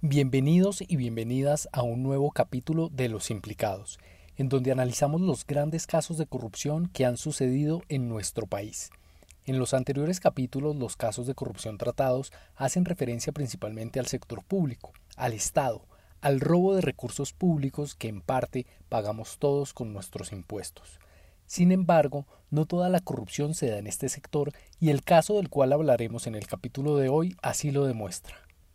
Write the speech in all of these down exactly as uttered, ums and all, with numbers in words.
Bienvenidos y bienvenidas a un nuevo capítulo de Los Implicados, en donde analizamos los grandes casos de corrupción que han sucedido en nuestro país. En los anteriores capítulos, los casos de corrupción tratados hacen referencia principalmente al sector público, al Estado, al robo de recursos públicos que en parte pagamos todos con nuestros impuestos. Sin embargo, no toda la corrupción se da en este sector y el caso del cual hablaremos en el capítulo de hoy así lo demuestra.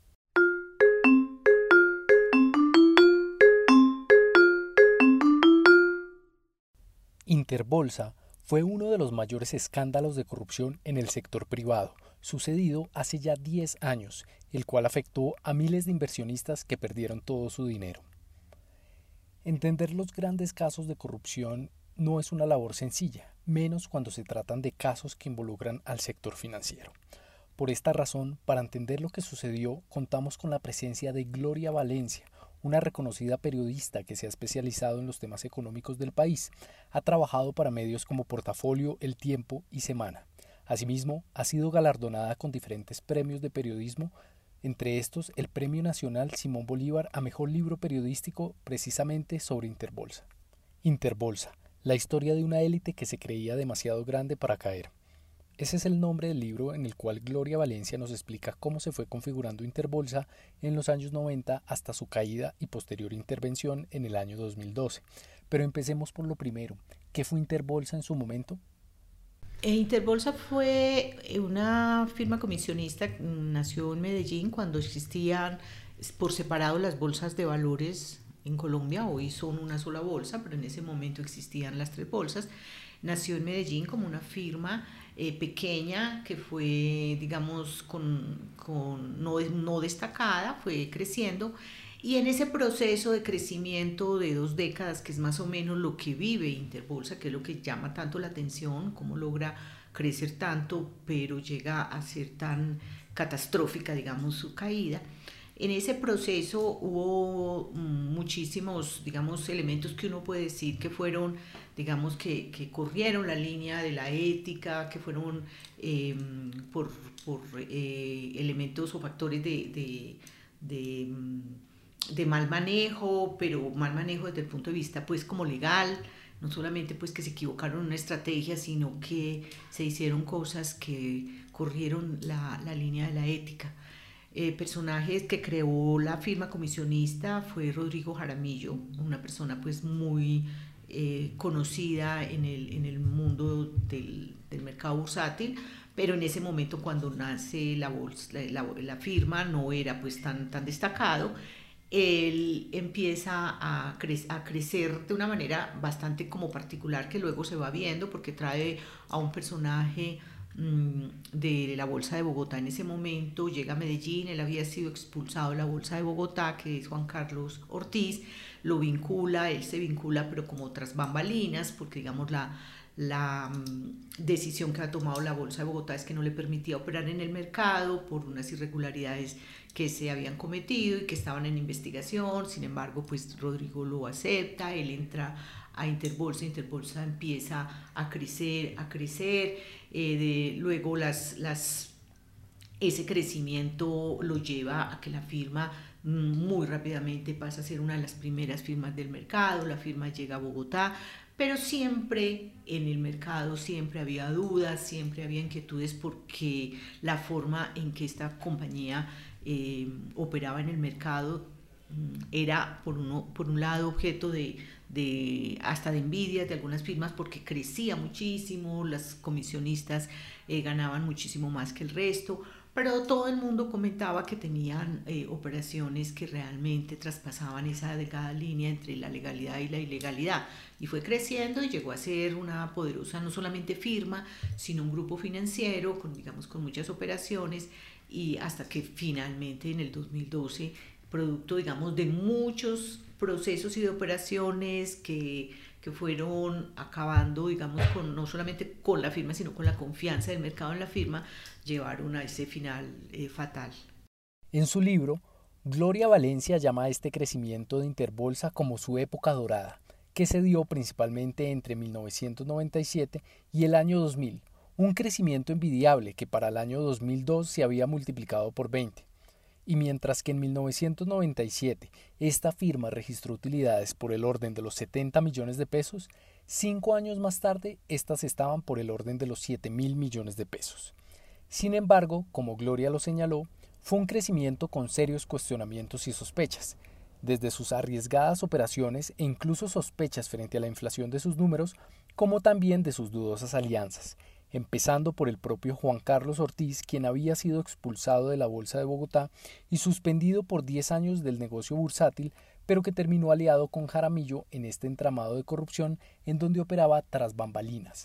Interbolsa fue uno de los mayores escándalos de corrupción en el sector privado, sucedido hace ya diez años, el cual afectó a miles de inversionistas que perdieron todo su dinero. Entender los grandes casos de corrupción no es una labor sencilla, menos cuando se tratan de casos que involucran al sector financiero. Por esta razón, para entender lo que sucedió, contamos con la presencia de Gloria Valencia, una reconocida periodista que se ha especializado en los temas económicos del país. Ha trabajado para medios como Portafolio, El Tiempo y Semana. Asimismo, ha sido galardonada con diferentes premios de periodismo, entre estos el Premio Nacional Simón Bolívar a Mejor Libro Periodístico precisamente sobre Interbolsa. Interbolsa, la historia de una élite que se creía demasiado grande para caer. Ese es el nombre del libro en el cual Gloria Valencia nos explica cómo se fue configurando Interbolsa en los años noventa hasta su caída y posterior intervención en el año dos mil doce. Pero empecemos por lo primero. ¿Qué fue Interbolsa en su momento? Interbolsa fue una firma comisionista, nació en Medellín cuando existían por separado las bolsas de valores en Colombia. Hoy son una sola bolsa, pero en ese momento existían las tres bolsas. Nació en Medellín como una firma eh, pequeña que fue, digamos, con, con no, no destacada, fue creciendo. Y en ese proceso de crecimiento de dos décadas, que es más o menos lo que vive Interbolsa, que es lo que llama tanto la atención, cómo logra crecer tanto, pero llega a ser tan catastrófica, digamos, su caída. En ese proceso hubo muchísimos, digamos, elementos que uno puede decir que fueron, digamos, que, que corrieron la línea de la ética, que fueron eh, por, por eh, elementos o factores de... de, de de mal manejo, pero mal manejo desde el punto de vista pues como legal, no solamente pues que se equivocaron en una estrategia, sino que se hicieron cosas que corrieron la, la línea de la ética. Eh, personajes que creó la firma comisionista fue Rodrigo Jaramillo, una persona pues muy eh, conocida en el, en el mundo del, del mercado bursátil, pero en ese momento cuando nace la, bolsa, la, la, la firma no era pues tan, tan destacado. Él empieza a, cre- a crecer de una manera bastante como particular que luego se va viendo porque trae a un personaje mmm, de la Bolsa de Bogotá en ese momento, llega a Medellín, él había sido expulsado de la Bolsa de Bogotá, que es Juan Carlos Ortiz, lo vincula, él se vincula pero como tras bambalinas porque digamos la, la um, decisión que ha tomado la Bolsa de Bogotá es que no le permitía operar en el mercado por unas irregularidades que se habían cometido y que estaban en investigación. Sin embargo, pues Rodrigo lo acepta, él entra a Interbolsa, Interbolsa empieza a crecer, a crecer, eh, de, luego las, las, ese crecimiento lo lleva a que la firma muy rápidamente pasa a ser una de las primeras firmas del mercado, la firma llega a Bogotá, pero siempre en el mercado siempre había dudas, siempre había inquietudes porque la forma en que esta compañía eh, operaba en el mercado era por, uno, por un lado objeto de, de hasta de envidia de algunas firmas porque crecía muchísimo, las comisionistas eh, ganaban muchísimo más que el resto, pero todo el mundo comentaba que tenían eh, operaciones que realmente traspasaban esa delgada línea entre la legalidad y la ilegalidad, y fue creciendo y llegó a ser una poderosa no solamente firma, sino un grupo financiero con, digamos, con muchas operaciones, y hasta que finalmente en el dos mil doce, producto, digamos, de muchos procesos y de operaciones que, que fueron acabando, digamos, con, no solamente con la firma, sino con la confianza del mercado en la firma, llevaron a ese final eh, fatal. En su libro, Gloria Valencia llama a este crecimiento de Interbolsa como su época dorada, que se dio principalmente entre mil novecientos noventa y siete y el año dos mil, un crecimiento envidiable que para el año dos mil dos se había multiplicado por veinte. y mientras que en mil novecientos noventa y siete esta firma registró utilidades por el orden de los setenta millones de pesos, cinco años más tarde estas estaban por el orden de los siete mil millones de pesos. Sin embargo, como Gloria lo señaló, fue un crecimiento con serios cuestionamientos y sospechas. Desde sus arriesgadas operaciones e incluso sospechas frente a la inflación de sus números, como también de sus dudosas alianzas, empezando por el propio Juan Carlos Ortiz, quien había sido expulsado de la Bolsa de Bogotá y suspendido por diez años del negocio bursátil, pero que terminó aliado con Jaramillo en este entramado de corrupción en donde operaba tras bambalinas.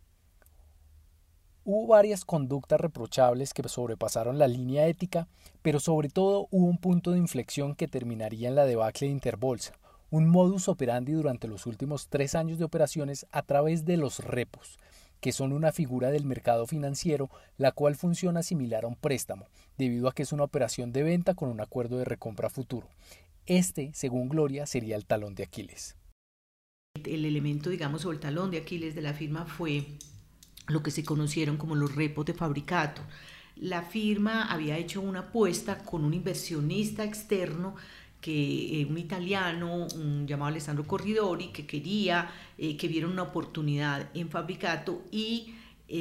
Hubo varias conductas reprochables que sobrepasaron la línea ética, pero sobre todo hubo un punto de inflexión que terminaría en la debacle de Interbolsa, un modus operandi durante los últimos tres años de operaciones a través de los repos, que son una figura del mercado financiero la cual funciona similar a un préstamo, debido a que es una operación de venta con un acuerdo de recompra futuro. Este, según Gloria, sería el talón de Aquiles. El elemento, digamos, o el talón de Aquiles de la firma fue lo que se conocieron como los repos de Fabricato. La firma había hecho una apuesta con un inversionista externo, que eh, un italiano un, llamado Alessandro Corridori, que quería eh, que vieran una oportunidad en Fabricato y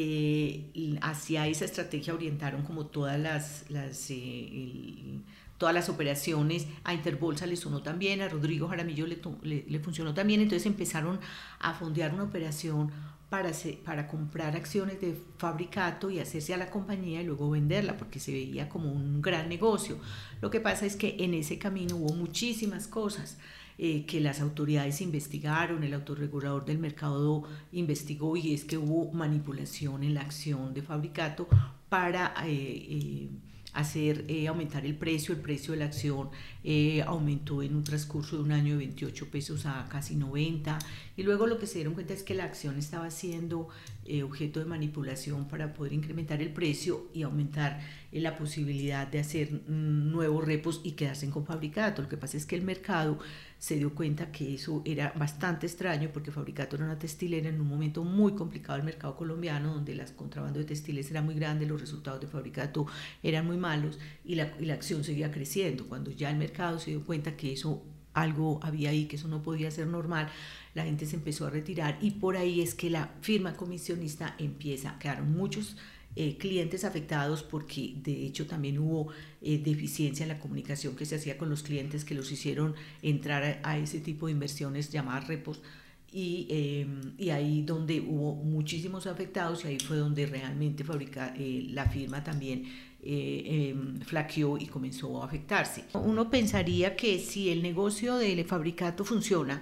eh, hacia esa estrategia orientaron como todas las, las eh, el, todas las operaciones. A Interbolsa le sonó también, a Rodrigo Jaramillo le, le, le funcionó también, entonces empezaron a fondear una operación Para, hacer, para comprar acciones de Fabricato y hacerse a la compañía y luego venderla, porque se veía como un gran negocio. Lo que pasa es que en ese camino hubo muchísimas cosas eh, que las autoridades investigaron, el autorregulador del mercado investigó, y es que hubo manipulación en la acción de Fabricato para eh, eh, hacer eh, aumentar el precio. El precio de la acción eh, aumentó en un transcurso de un año de veintiocho pesos a casi noventa, y luego lo que se dieron cuenta es que la acción estaba siendo eh, objeto de manipulación para poder incrementar el precio y aumentar eh, la posibilidad de hacer mm, nuevos repos y quedarse con Fabricato. Lo que pasa es que el mercado se dio cuenta que eso era bastante extraño, porque Fabricato era una textilera en un momento muy complicado del mercado colombiano, donde las contrabando de textiles era muy grande, los resultados de Fabricato eran muy malos, y la, y la acción seguía creciendo. Cuando ya el mercado se dio cuenta que eso, algo había ahí, que eso no podía ser normal, la gente se empezó a retirar, y por ahí es que la firma comisionista empieza. Quedaron muchos eh, clientes afectados, porque de hecho también hubo eh, deficiencia en la comunicación que se hacía con los clientes, que los hicieron entrar a, a ese tipo de inversiones llamadas repos, y, eh, y ahí donde hubo muchísimos afectados, y ahí fue donde realmente fabrica, eh, la firma también eh, eh, flaqueó y comenzó a afectarse. Uno pensaría que si el negocio del Fabricato funciona,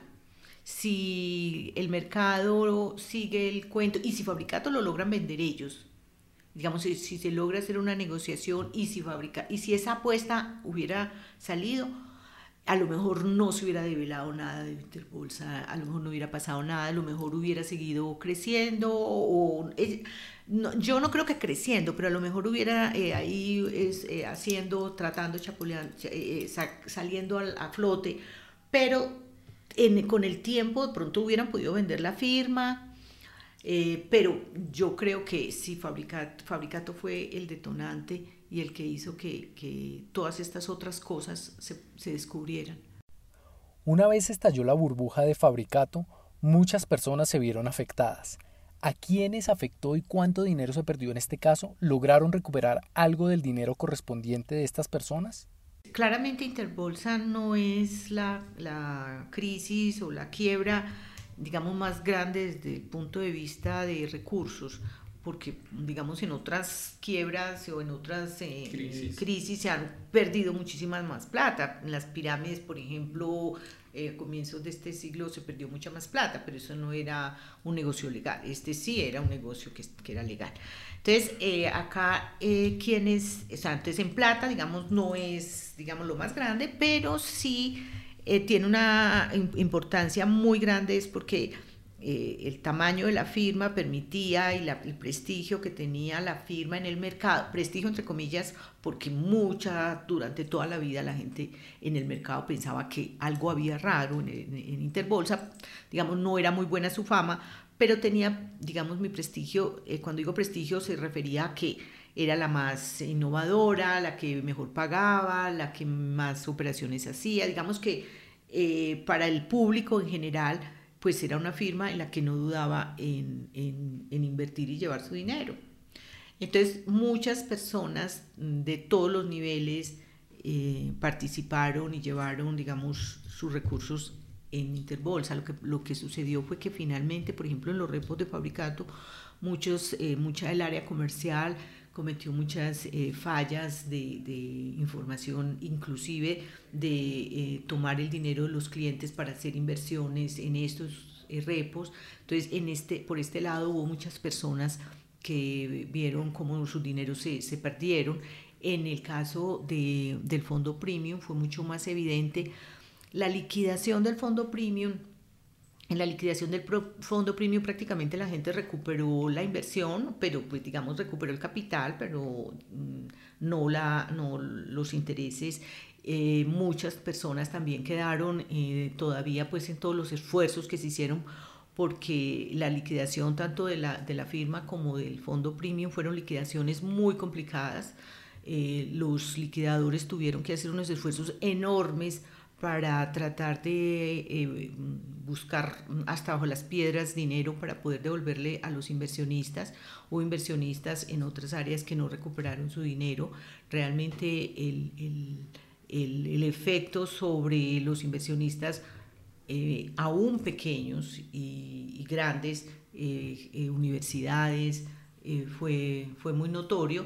si el mercado sigue el cuento y si Fabricato lo logran vender ellos, digamos, si, si se logra hacer una negociación y si, fabrica, y si esa apuesta hubiera salido, a lo mejor no se hubiera develado nada de Interbolsa, a lo mejor no hubiera pasado nada, a lo mejor hubiera seguido creciendo, o, eh, no, yo no creo que creciendo, pero a lo mejor hubiera eh, ahí es, eh, haciendo, tratando, chapuleando, eh, saliendo a, a flote, pero en, con el tiempo de pronto hubieran podido vender la firma. Eh, pero yo creo que sí, Fabricato, Fabricato fue el detonante y el que hizo que, que todas estas otras cosas se, se descubrieran. Una vez estalló la burbuja de Fabricato, muchas personas se vieron afectadas. ¿A quiénes afectó y cuánto dinero se perdió en este caso? ¿Lograron recuperar algo del dinero correspondiente de estas personas? Claramente Interbolsa no es la, la crisis o la quiebra, digamos, más grande desde el punto de vista de recursos, porque, digamos, en otras quiebras o en otras eh, crisis. crisis se han perdido muchísimas más plata. En las pirámides, por ejemplo, eh, a comienzos de este siglo se perdió mucha más plata, pero eso no era un negocio legal. Este sí era un negocio que, que era legal. Entonces, eh, acá, eh, quienes, o sea, antes en plata, digamos, no es, digamos, lo más grande, pero sí eh, tiene una importancia muy grande, es porque Eh, el tamaño de la firma permitía, y la, el prestigio que tenía la firma en el mercado, prestigio entre comillas, porque mucha, durante toda la vida la gente en el mercado pensaba que algo había raro en, en, en Interbolsa, digamos, no era muy buena su fama, pero tenía, digamos, mi prestigio, eh, cuando digo prestigio se refería a que era la más innovadora, la que mejor pagaba, la que más operaciones hacía. Digamos que eh, para el público en general, pues era una firma en la que no dudaba en, en, en invertir y llevar su dinero. Entonces muchas personas de todos los niveles eh, participaron y llevaron, digamos, sus recursos en Interbolsa. Lo que, lo que sucedió fue que finalmente, por ejemplo, en los repos de Fabricato, muchos, eh, mucha del área comercial cometió muchas eh, fallas de, de información, inclusive de eh, tomar el dinero de los clientes para hacer inversiones en estos eh, repos. Entonces, en este, por este lado hubo muchas personas que vieron cómo sus dineros se, se perdieron. En el caso de, del fondo premium fue mucho más evidente. La liquidación del fondo premium, en la liquidación del fondo premium prácticamente la gente recuperó la inversión, pero pues digamos recuperó el capital, pero no, la, no los intereses. Eh, muchas personas también quedaron eh, todavía pues en todos los esfuerzos que se hicieron, porque la liquidación tanto de la, de la firma como del fondo premium fueron liquidaciones muy complicadas. Eh, los liquidadores tuvieron que hacer unos esfuerzos enormes para tratar de eh, buscar hasta bajo las piedras dinero para poder devolverle a los inversionistas. Hubo inversionistas en otras áreas que no recuperaron su dinero. Realmente el, el, el, el efecto sobre los inversionistas eh, aún pequeños y, y grandes, eh, eh, universidades, eh, fue, fue muy notorio.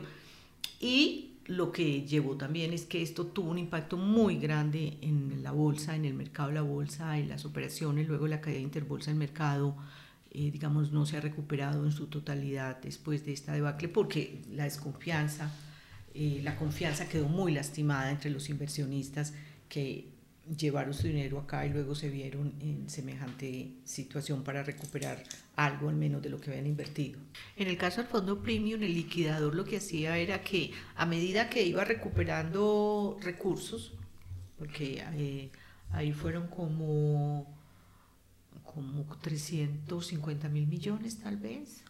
Y lo que llevó también es que esto tuvo un impacto muy grande en la bolsa, en el mercado de la bolsa, en las operaciones. Luego la caída de Interbolsa, el mercado, eh, digamos, no se ha recuperado en su totalidad después de esta debacle, porque la desconfianza, eh, la confianza quedó muy lastimada entre los inversionistas que llevaron su dinero acá y luego se vieron en semejante situación para recuperar algo al menos de lo que habían invertido. En el caso del fondo premium, el liquidador lo que hacía era que a medida que iba recuperando recursos, porque eh, ahí fueron como, como trescientos cincuenta mil millones tal vez,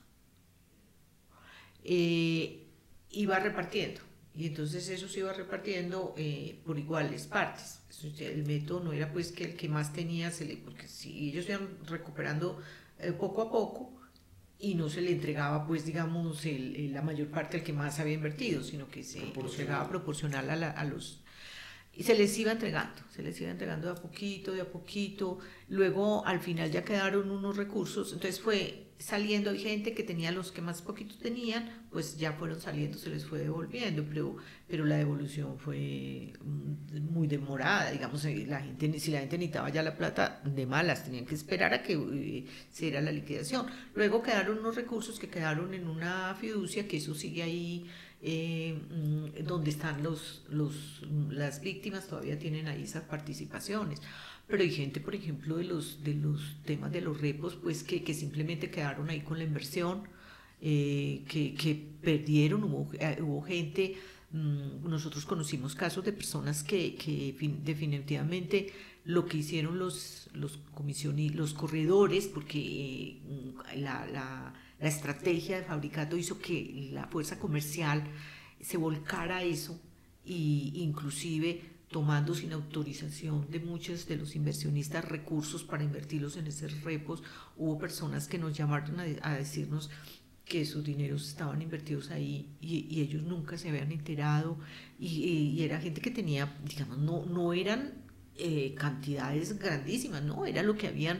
eh, iba repartiendo. Y entonces eso se iba repartiendo eh, por iguales partes. El método no era pues que el que más tenía, se le, porque si ellos iban recuperando eh, poco a poco y no se le entregaba pues digamos el, el, la mayor parte al que más había invertido, sino que se entregaba proporcional a, la, a los... Y se les iba entregando, se les iba entregando de a poquito, de a poquito. Luego al final ya quedaron unos recursos, entonces fue saliendo, hay gente que tenía los que más poquitos tenían, pues ya fueron saliendo, se les fue devolviendo, pero, pero la devolución fue muy demorada, digamos, la gente, si la gente necesitaba ya la plata, de malas, tenían que esperar a que eh, se diera la liquidación. Luego quedaron unos recursos que quedaron en una fiducia, que eso sigue ahí, eh, donde están los, los, las víctimas, todavía tienen ahí esas participaciones. Pero hay gente, por ejemplo, de los, de los temas de los repos, pues que, que simplemente quedaron ahí con la inversión, eh, que, que perdieron, hubo, eh, hubo gente, mmm, nosotros conocimos casos de personas que, que fin, definitivamente lo que hicieron los, los, comisionistas, los corredores, porque eh, la, la, la estrategia de Fabricato hizo que la fuerza comercial se volcara a eso, y inclusive tomando sin autorización de muchos de los inversionistas recursos para invertirlos en esos repos. Hubo personas que nos llamaron a, a decirnos que sus dineros estaban invertidos ahí y, y ellos nunca se habían enterado, y, y era gente que tenía, digamos, no, no eran eh, cantidades grandísimas, no, era lo que habían,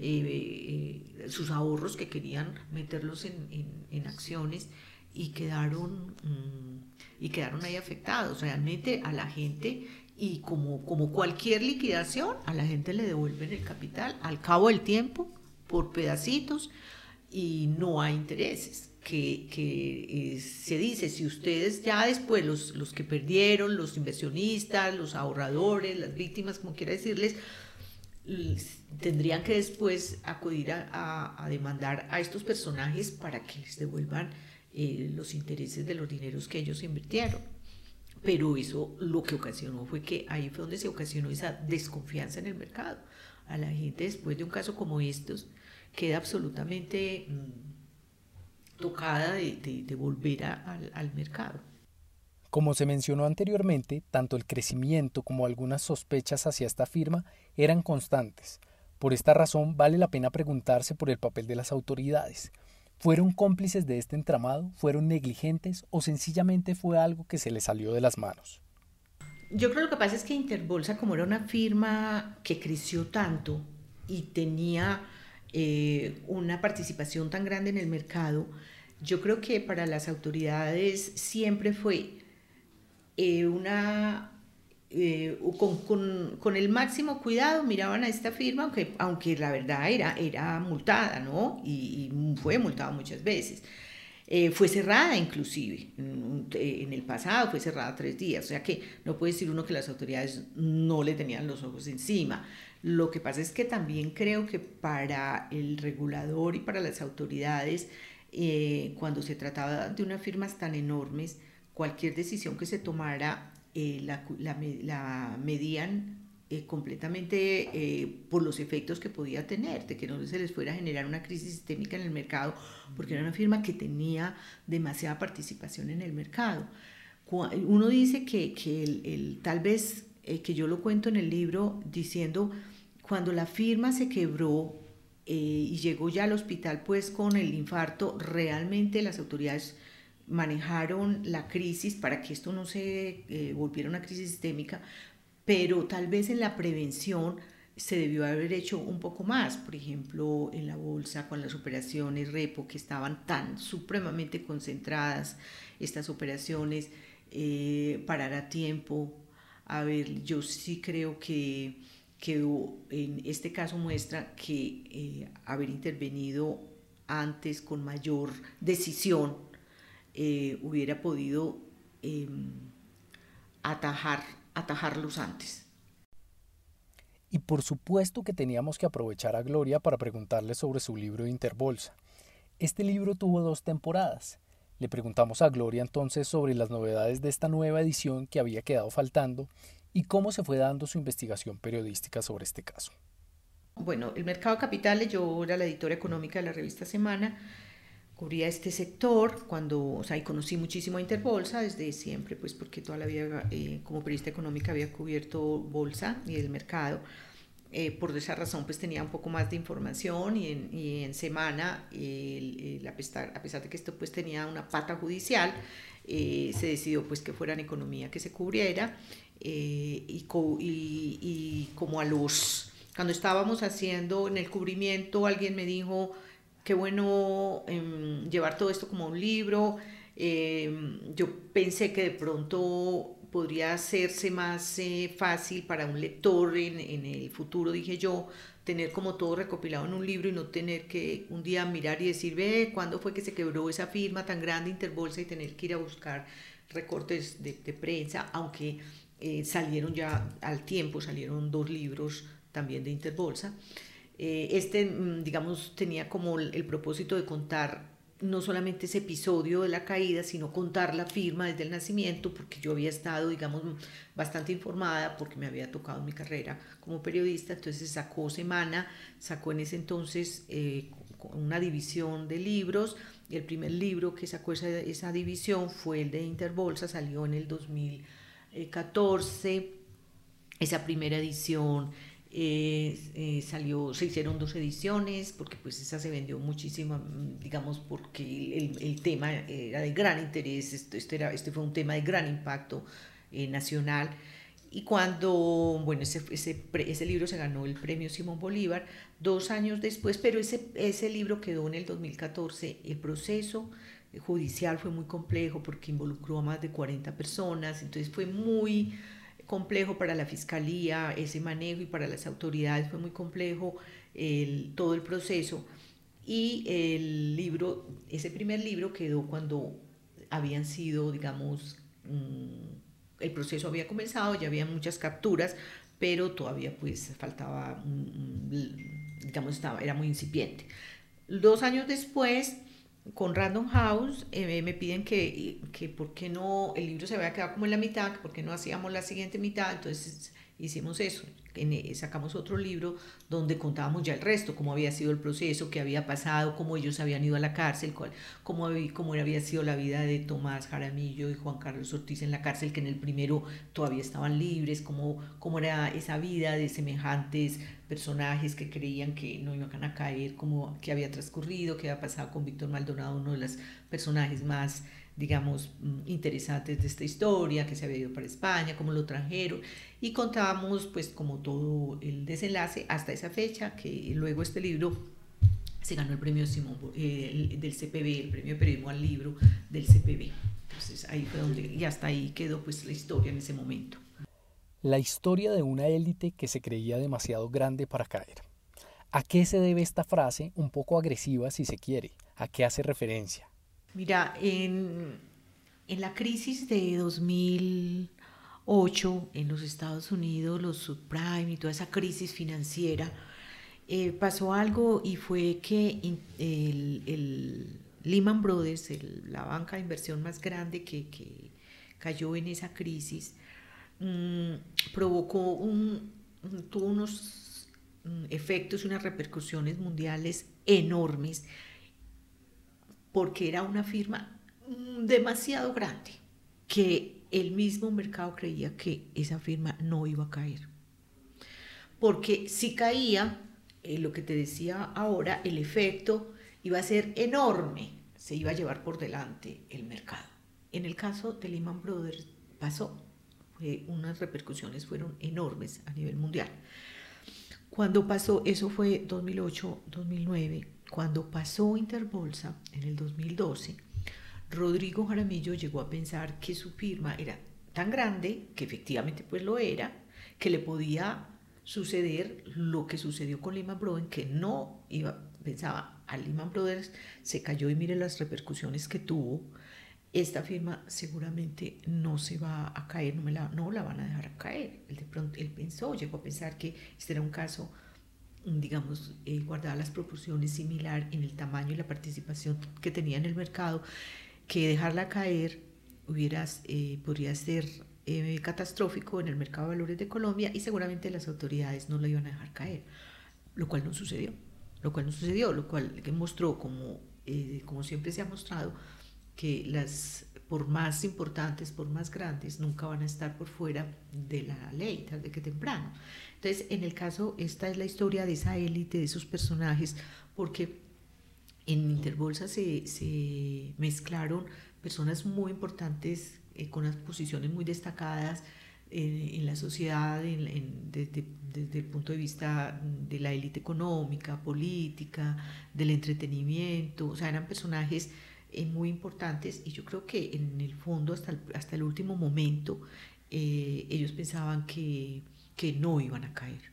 eh, eh, sus ahorros que querían meterlos en, en, en acciones, y quedaron, mmm, y quedaron ahí afectados. Realmente a la gente, y como, como cualquier liquidación, a la gente le devuelven el capital al cabo del tiempo, por pedacitos, y no hay intereses. Que, que eh, se dice, si ustedes ya después, los, los que perdieron, los inversionistas, los ahorradores, las víctimas, como quiera decirles, tendrían que después acudir a, a, a demandar a estos personajes para que les devuelvan eh, los intereses de los dineros que ellos invirtieron. Pero eso lo que ocasionó fue que ahí fue donde se ocasionó esa desconfianza en el mercado. A la gente, después de un caso como estos, queda absolutamente mmm, tocada de, de, de volver a, al, al mercado. Como se mencionó anteriormente, tanto el crecimiento como algunas sospechas hacia esta firma eran constantes. Por esta razón vale la pena preguntarse por el papel de las autoridades. ¿Fueron cómplices de este entramado? ¿Fueron negligentes? ¿O sencillamente fue algo que se les salió de las manos? Yo creo que lo que pasa es que Interbolsa, como era una firma que creció tanto y tenía eh, una participación tan grande en el mercado, yo creo que para las autoridades siempre fue eh, una... Eh, con, con, con el máximo cuidado miraban a esta firma, aunque, aunque la verdad era, era multada, ¿no? Y, y fue multada muchas veces. Eh, fue cerrada inclusive, en, en el pasado fue cerrada tres días, o sea que no puede decir uno que las autoridades no le tenían los ojos encima. Lo que pasa es que también creo que para el regulador y para las autoridades, eh, cuando se trataba de unas firmas tan enormes, cualquier decisión que se tomara eh, la, la, la medían eh, completamente eh, por los efectos que podía tener, de que no se les fuera a generar una crisis sistémica en el mercado, porque era una firma que tenía demasiada participación en el mercado. Uno dice que, que el, el, tal vez, eh, que yo lo cuento en el libro, diciendo, cuando la firma se quebró eh, y llegó ya al hospital pues con el infarto, realmente las autoridades manejaron la crisis para que esto no se eh, volviera una crisis sistémica, pero tal vez en la prevención se debió haber hecho un poco más, por ejemplo, en la bolsa con las operaciones repo que estaban tan supremamente concentradas, estas operaciones, eh, parar a tiempo. A ver, yo sí creo que, que en este caso muestra que eh, haber intervenido antes con mayor decisión Eh, hubiera podido eh, atajar, atajarlos antes. Y por supuesto que teníamos que aprovechar a Gloria para preguntarle sobre su libro de Interbolsa. Este libro tuvo dos temporadas. Le preguntamos a Gloria entonces sobre las novedades de esta nueva edición que había quedado faltando y cómo se fue dando su investigación periodística sobre este caso. Bueno, el mercado de capitales, yo era la editora económica de la revista Semana, cubría este sector cuando, o sea, y conocí muchísimo a Interbolsa desde siempre, pues porque toda la vida eh, como periodista económica había cubierto bolsa y el mercado. Eh, por esa razón pues tenía un poco más de información y en, y en Semana, eh, el, a, pesar, a pesar de que esto pues tenía una pata judicial, eh, se decidió pues que fuera en economía que se cubriera eh, y, co, y, y como a los, cuando estábamos haciendo en el cubrimiento alguien me dijo, qué bueno eh, llevar todo esto como un libro. Eh, yo pensé que de pronto podría hacerse más eh, fácil para un lector en, en el futuro, dije yo, tener como todo recopilado en un libro y no tener que un día mirar y decir, ve, ¿cuándo fue que se quebró esa firma tan grande Interbolsa? Y tener que ir a buscar recortes de, de prensa, aunque eh, salieron ya al tiempo, salieron dos libros también de Interbolsa. Este, digamos, tenía como el propósito de contar no solamente ese episodio de la caída, sino contar la firma desde el nacimiento, porque yo había estado, digamos, bastante informada, porque me había tocado mi carrera como periodista. Entonces sacó Semana, sacó en ese entonces eh, una división de libros, y el primer libro que sacó esa, esa división fue el de Interbolsa, salió en el dos mil catorce, esa primera edición. Eh, eh, salió, se hicieron dos ediciones porque pues esa se vendió muchísimo, digamos, porque el, el tema era de gran interés, esto, esto era, este fue un tema de gran impacto eh, nacional. Y cuando, bueno, ese, ese, ese libro se ganó el premio Simón Bolívar dos años después, pero ese, ese libro quedó en el dos mil catorce. El proceso judicial fue muy complejo porque involucró a más de cuarenta personas, entonces fue muy complejo para la fiscalía ese manejo y para las autoridades fue muy complejo el, todo el proceso. Y el libro, ese primer libro quedó cuando habían sido, digamos, mmm, el proceso había comenzado, ya había muchas capturas, pero todavía pues faltaba, mmm, digamos, estaba, era muy incipiente. Dos años después, con Random House, eh, me piden que, que por qué no, el libro se había quedado como en la mitad, que por qué no hacíamos la siguiente mitad. Entonces hicimos eso. En, sacamos otro libro donde contábamos ya el resto, cómo había sido el proceso, qué había pasado, cómo ellos habían ido a la cárcel, cuál, cómo, había, cómo había sido la vida de Tomás Jaramillo y Juan Carlos Ortiz en la cárcel, que en el primero todavía estaban libres, cómo, cómo era esa vida de semejantes personajes que creían que no iban a caer, cómo que había transcurrido, qué había pasado con Víctor Maldonado, uno de los personajes más, digamos, interesantes de esta historia, que se había ido para España, cómo lo trajeron, y contábamos pues como todo el desenlace hasta esa fecha, que luego este libro se ganó el premio Simón eh, del C P B, el premio de periodismo al libro del C P B. Entonces ahí fue donde, y hasta ahí quedó pues la historia en ese momento. La historia de una élite que se creía demasiado grande para caer. ¿A qué se debe esta frase, un poco agresiva si se quiere? ¿A qué hace referencia? Mira, en, en la crisis de dos mil ocho en los Estados Unidos, los subprime y toda esa crisis financiera, eh, pasó algo y fue que el, el Lehman Brothers, el, la banca de inversión más grande que, que cayó en esa crisis, mmm, provocó un, tuvo unos efectos y unas repercusiones mundiales enormes, porque era una firma demasiado grande, que el mismo mercado creía que esa firma no iba a caer. Porque si caía, eh, lo que te decía ahora, el efecto iba a ser enorme, se iba a llevar por delante el mercado. En el caso de Lehman Brothers pasó, fue, unas repercusiones fueron enormes a nivel mundial. Cuando pasó, eso fue dos mil ocho, dos mil nueve, cuando pasó Interbolsa en el dos mil doce, Rodrigo Jaramillo llegó a pensar que su firma era tan grande, que efectivamente pues lo era, que le podía suceder lo que sucedió con Lehman Brothers, que no iba, pensaba, a Lehman Brothers se cayó y mire las repercusiones que tuvo, esta firma seguramente no se va a caer, no, me la, no la van a dejar caer. Él de pronto, él pensó, llegó a pensar que este era un caso, digamos, eh, guardada las proporciones, similar en el tamaño y la participación que tenía en el mercado, que dejarla caer hubiera, eh, podría ser eh, catastrófico en el mercado de valores de Colombia, y seguramente las autoridades no la iban a dejar caer, lo cual no sucedió, lo cual no sucedió, lo cual mostró, como, eh, como siempre se ha mostrado, que las, por más importantes, por más grandes, nunca van a estar por fuera de la ley, tarde que temprano. Entonces, en el caso, esta es la historia de esa élite, de esos personajes, porque en Interbolsa se, se mezclaron personas muy importantes, eh, con unas posiciones muy destacadas eh, en la sociedad, en, en, desde, desde el punto de vista de la élite económica, política, del entretenimiento, o sea, eran personajes eh, muy importantes, y yo creo que en el fondo hasta el, hasta el último momento eh, ellos pensaban que, que no iban a caer.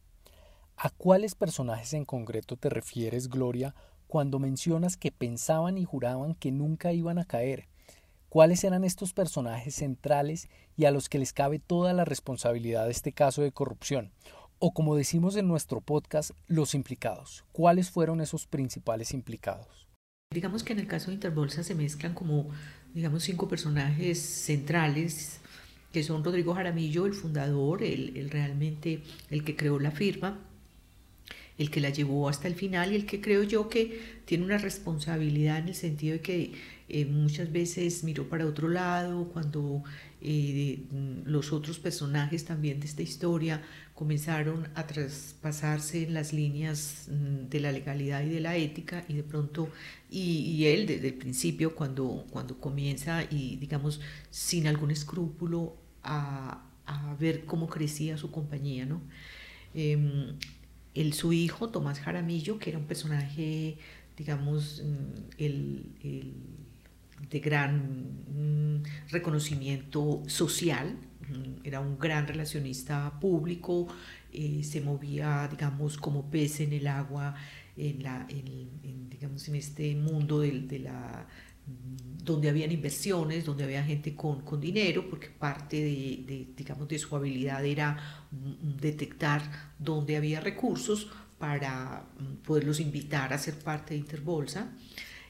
¿A cuáles personajes en concreto te refieres, Gloria, cuando mencionas que pensaban y juraban que nunca iban a caer? ¿Cuáles eran estos personajes centrales y a los que les cabe toda la responsabilidad de este caso de corrupción? O como decimos en nuestro podcast, los implicados. ¿Cuáles fueron esos principales implicados? Digamos que en el caso de Interbolsa se mezclan como, digamos, cinco personajes centrales, que son Rodrigo Jaramillo, el fundador, el, el realmente el que creó la firma, el que la llevó hasta el final, y el que creo yo que tiene una responsabilidad en el sentido de que eh, muchas veces miró para otro lado, cuando eh, los otros personajes también de esta historia comenzaron a traspasarse en las líneas de la legalidad y de la ética, y de pronto, y, y él desde el principio, cuando, cuando comienza y digamos sin algún escrúpulo a, a ver cómo crecía su compañía, ¿no? Eh, El, su hijo, Tomás Jaramillo, que era un personaje, digamos, el, el de gran reconocimiento social, era un gran relacionista público, eh, se movía, digamos, como pez en el agua, en, la, en, en, digamos, en este mundo de, de la... donde habían inversiones, donde había gente con, con dinero, porque parte de, de, digamos, de su habilidad era detectar dónde había recursos para poderlos invitar a ser parte de Interbolsa.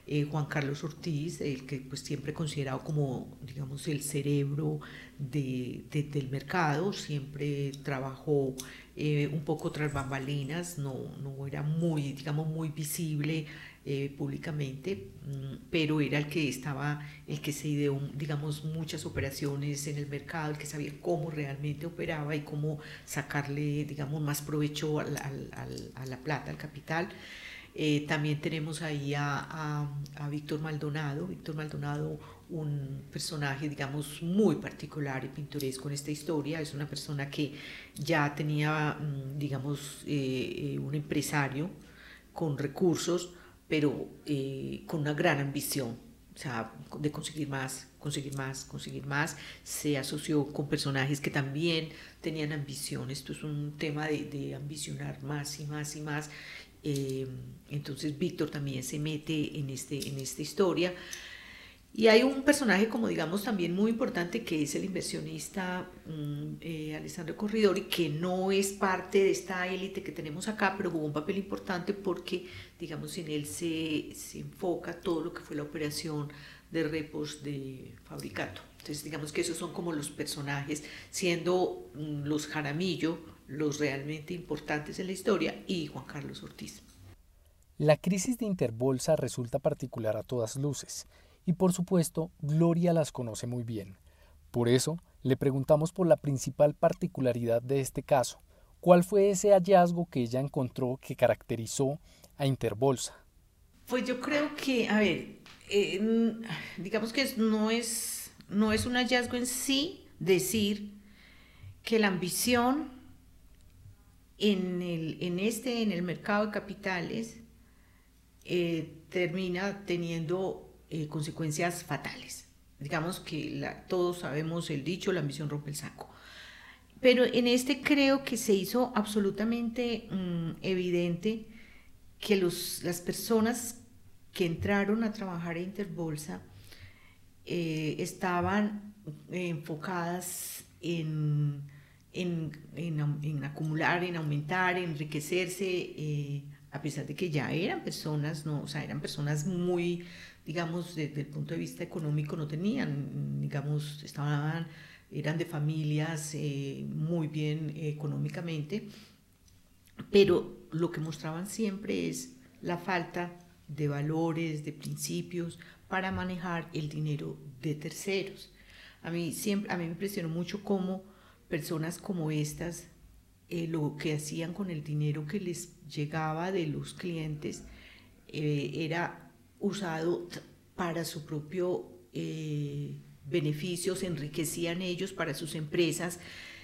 eh, Juan Carlos Ortiz, el que pues siempre considerado como, digamos, el cerebro de, de, del mercado, siempre trabajó eh, un poco tras bambalinas, no, no era muy, digamos, muy visible eh, públicamente, pero era el que estaba, el que se ideó, digamos, muchas operaciones en el mercado, el que sabía cómo realmente operaba y cómo sacarle, digamos, más provecho al, al, al, a la plata, al capital. Eh, también tenemos ahí a, a, a Víctor Maldonado, Víctor Maldonado, un personaje, digamos, muy particular y pintoresco en esta historia. Es una persona que ya tenía, digamos, eh, un empresario con recursos, pero eh, con una gran ambición, o sea, de conseguir más, conseguir más, conseguir más. Se asoció con personajes que también tenían ambición. Esto es un tema de, de ambicionar más y más y más. Eh, entonces Víctor también se mete en, este, en esta historia. Y hay un personaje, como digamos, también muy importante, que es el inversionista eh, Alessandro Corridori, que no es parte de esta élite que tenemos acá, pero jugó un papel importante porque, digamos, en él se, se enfoca todo lo que fue la operación de repos de Fabricato. Entonces, digamos que esos son como los personajes, siendo mm, los Jaramillo los realmente importantes en la historia, y Juan Carlos Ortiz. La crisis de Interbolsa resulta particular a todas luces. Y por supuesto, Gloria las conoce muy bien. Por eso, le preguntamos por la principal particularidad de este caso. ¿Cuál fue ese hallazgo que ella encontró que caracterizó a Interbolsa? Pues yo creo que, a ver, eh, digamos que no es, no es un hallazgo en sí decir que la ambición en, el, en este, en el mercado de capitales, eh, termina teniendo Eh, consecuencias fatales. Digamos que la, todos sabemos el dicho, la ambición rompe el saco. Pero en este creo que se hizo absolutamente mmm, evidente que los, las personas que entraron a trabajar a Interbolsa eh, estaban eh, enfocadas en, en, en, en acumular, en aumentar, en enriquecerse, eh, a pesar de que ya eran personas, no, o sea, eran personas muy, digamos, desde el punto de vista económico no tenían, digamos, estaban, eran de familias eh, muy bien eh, económicamente, pero lo que mostraban siempre es la falta de valores, de principios para manejar el dinero de terceros. A mí, siempre, a mí me impresionó mucho cómo personas como estas, eh, lo que hacían con el dinero que les llegaba de los clientes eh, era usado para su propio eh, beneficio, se enriquecían ellos para sus empresas.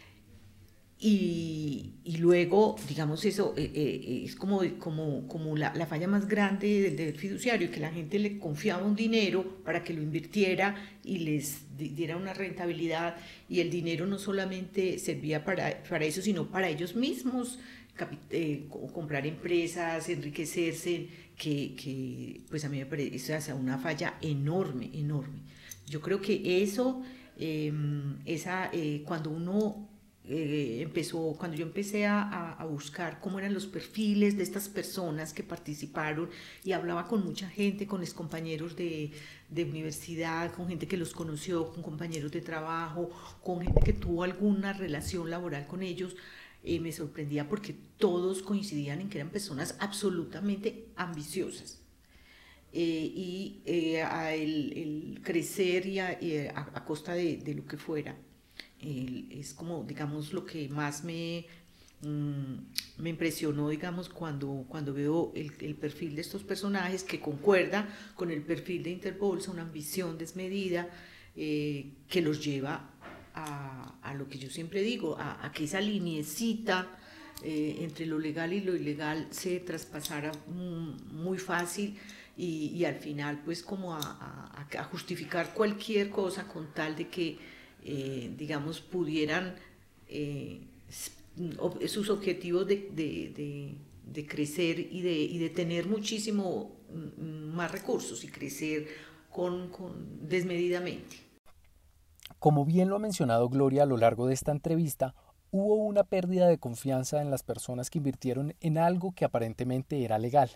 Y, y luego, digamos, eso eh, eh, es como, como, como la, la falla más grande del, del fiduciario, que la gente le confiaba un dinero para que lo invirtiera y les diera una rentabilidad, y el dinero no solamente servía para, para eso, sino para ellos mismos, eh, comprar empresas, enriquecerse, que, que pues a mí me parece, o sea, una falla enorme, enorme. Yo creo que eso, eh, esa, eh, cuando uno... Eh, empezó, cuando yo empecé a, a buscar cómo eran los perfiles de estas personas que participaron, y hablaba con mucha gente, con los compañeros de, de universidad, con gente que los conoció, con compañeros de trabajo, con gente que tuvo alguna relación laboral con ellos, eh, me sorprendía porque todos coincidían en que eran personas absolutamente ambiciosas. Eh, y eh, a el, el crecer y a, y a, a costa de, de lo que fuera. Es como, digamos, lo que más me, mmm, me impresionó, digamos, cuando, cuando veo el, el perfil de estos personajes, que concuerda con el perfil de Interbolsa, una ambición desmedida eh, que los lleva a, a lo que yo siempre digo, a, a que esa lineecita eh, entre lo legal y lo ilegal se traspasara muy fácil, y, y al final pues como a, a, a justificar cualquier cosa con tal de que Eh, digamos, pudieran eh, sus objetivos de, de, de, de crecer y de, y de tener muchísimo más recursos y crecer con, con desmedidamente. Como bien lo ha mencionado Gloria a lo largo de esta entrevista, hubo una pérdida de confianza en las personas que invirtieron en algo que aparentemente era legal.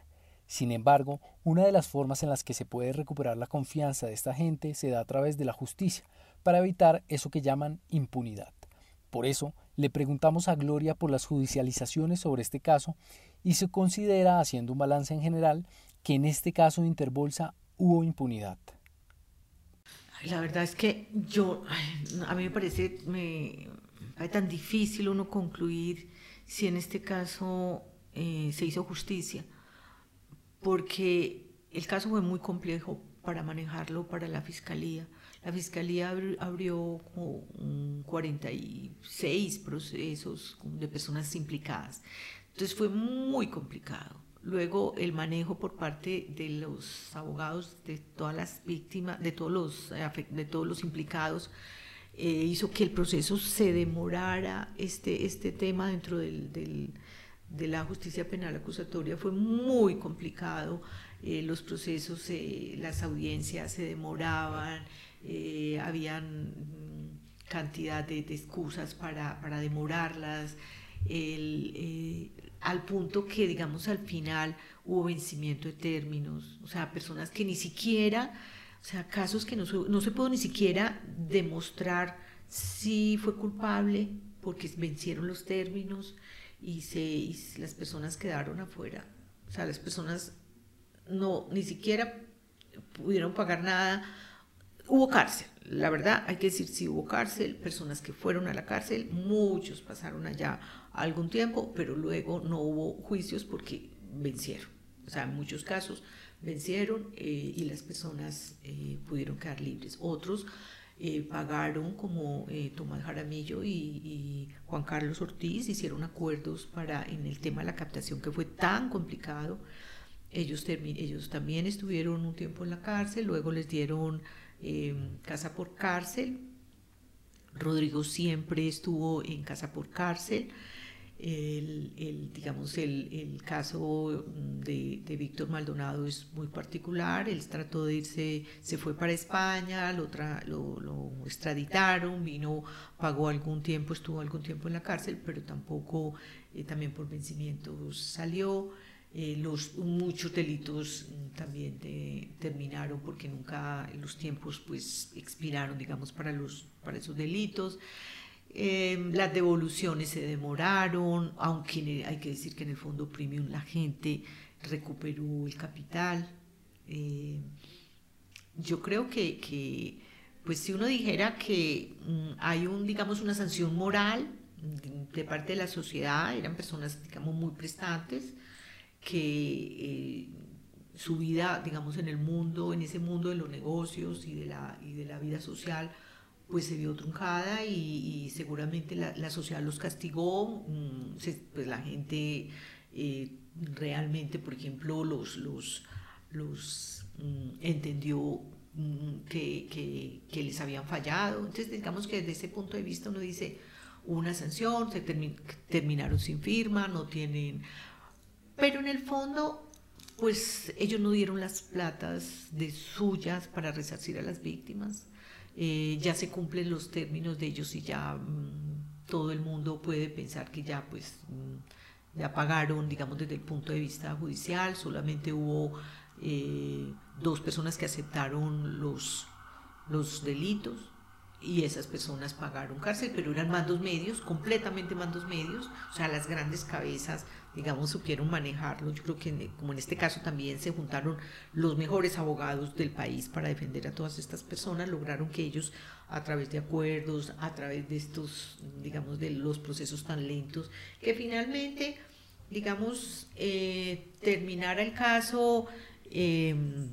Sin embargo, una de las formas en las que se puede recuperar la confianza de esta gente se da a través de la justicia, para evitar eso que llaman impunidad. Por eso, le preguntamos a Gloria por las judicializaciones sobre este caso y se considera, haciendo un balance en general, que en este caso de Interbolsa hubo impunidad. La verdad es que yo, ay, a mí me parece me, me tan difícil uno concluir si en este caso eh, se hizo justicia, porque el caso fue muy complejo para manejarlo para la fiscalía. La fiscalía abrió como cuarenta y seis procesos de personas implicadas, entonces fue muy complicado. Luego el manejo por parte de los abogados de todas las víctimas, de todos los, de todos los implicados, eh, hizo que el proceso se demorara. Este, este tema dentro del, del, de la justicia penal acusatoria fue muy complicado. Eh, los procesos, eh, las audiencias se demoraban, eh, habían cantidad de, de excusas para, para demorarlas. El, eh, al punto que, digamos, al final hubo vencimiento de términos, o sea, personas que ni siquiera, o sea, casos que no, no se pudo ni siquiera demostrar si fue culpable porque vencieron los términos y, se, y las personas quedaron afuera, o sea, las personas no, ni siquiera pudieron pagar nada. Hubo cárcel, la verdad, hay que decir, sí hubo cárcel, personas que fueron a la cárcel, muchos pasaron allá algún tiempo, pero luego no hubo juicios porque vencieron. O sea, en muchos casos vencieron eh, y las personas eh, pudieron quedar libres. Otros eh, pagaron, como eh, Tomás Jaramillo y, y Juan Carlos Ortiz, hicieron acuerdos para, en el tema de la captación que fue tan complicado. Ellos, ellos también estuvieron un tiempo en la cárcel, luego les dieron Eh, casa por cárcel. Rodrigo siempre estuvo en casa por cárcel. El, el, digamos, el, el caso de, de Víctor Maldonado es muy particular. Él trató de irse, se fue para España, lo, tra, lo, lo extraditaron, vino, pagó algún tiempo, estuvo algún tiempo en la cárcel, pero tampoco, eh, también por vencimientos salió. Eh, los, muchos delitos también de, terminaron porque nunca los tiempos pues expiraron, digamos, para, los, para esos delitos. Eh, las devoluciones se demoraron, aunque hay que decir que en el fondo premium la gente recuperó el capital. Eh, yo creo que, que pues si uno dijera que mm, hay un, digamos, una sanción moral de parte de la sociedad, eran personas, digamos, muy prestantes, que eh, su vida, digamos, en el mundo, en ese mundo de los negocios y de la, y de la vida social, pues se vio truncada y, y seguramente la, la sociedad los castigó. Mmm, se, pues la gente eh, realmente, por ejemplo, los, los, los mmm, entendió mmm, que, que, que les habían fallado. Entonces, digamos que desde ese punto de vista uno dice, hubo una sanción, se termi terminaron sin firma, no tienen... Pero en el fondo, pues ellos no dieron las platas de suyas para resarcir a las víctimas. Eh, ya se cumplen los términos de ellos y ya mmm, todo el mundo puede pensar que ya pues mmm, ya pagaron, digamos, desde el punto de vista judicial. Solamente hubo eh, dos personas que aceptaron los, los delitos y esas personas pagaron cárcel, pero eran mandos medios, completamente mandos medios, o sea, las grandes cabezas, digamos, supieron manejarlo. Yo creo que como en este caso también se juntaron los mejores abogados del país para defender a todas estas personas, lograron que ellos a través de acuerdos, a través de estos, digamos, de los procesos tan lentos, que finalmente, digamos, eh, terminara el caso, eh,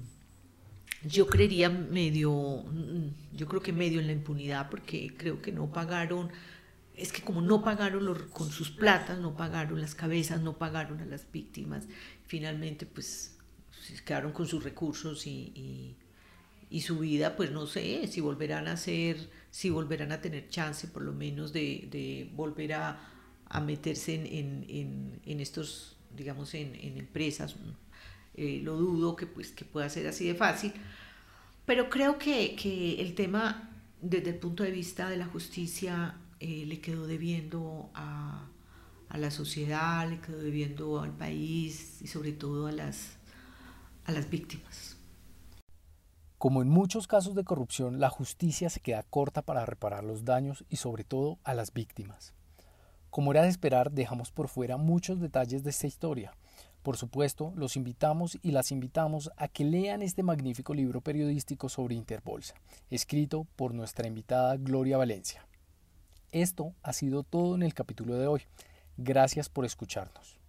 yo creería medio, yo creo que medio en la impunidad, porque creo que no pagaron. Es que como no pagaron los, con sus platas, no pagaron las cabezas, no pagaron a las víctimas, finalmente pues se quedaron con sus recursos y, y, y su vida, pues no sé si volverán a ser, si volverán a tener chance por lo menos de, de volver a, a meterse en, en, en, en estos, digamos, en, en empresas. Eh, lo dudo que, pues, que pueda ser así de fácil, pero creo que, que el tema desde el punto de vista de la justicia eh, le quedó debiendo a, a la sociedad, le quedó debiendo al país y sobre todo a las, a las víctimas. Como en muchos casos de corrupción, la justicia se queda corta para reparar los daños y sobre todo a las víctimas. Como era de esperar, dejamos por fuera muchos detalles de esta historia. Por supuesto, los invitamos y las invitamos a que lean este magnífico libro periodístico sobre Interbolsa, escrito por nuestra invitada Gloria Valencia. Esto ha sido todo en el capítulo de hoy. Gracias por escucharnos.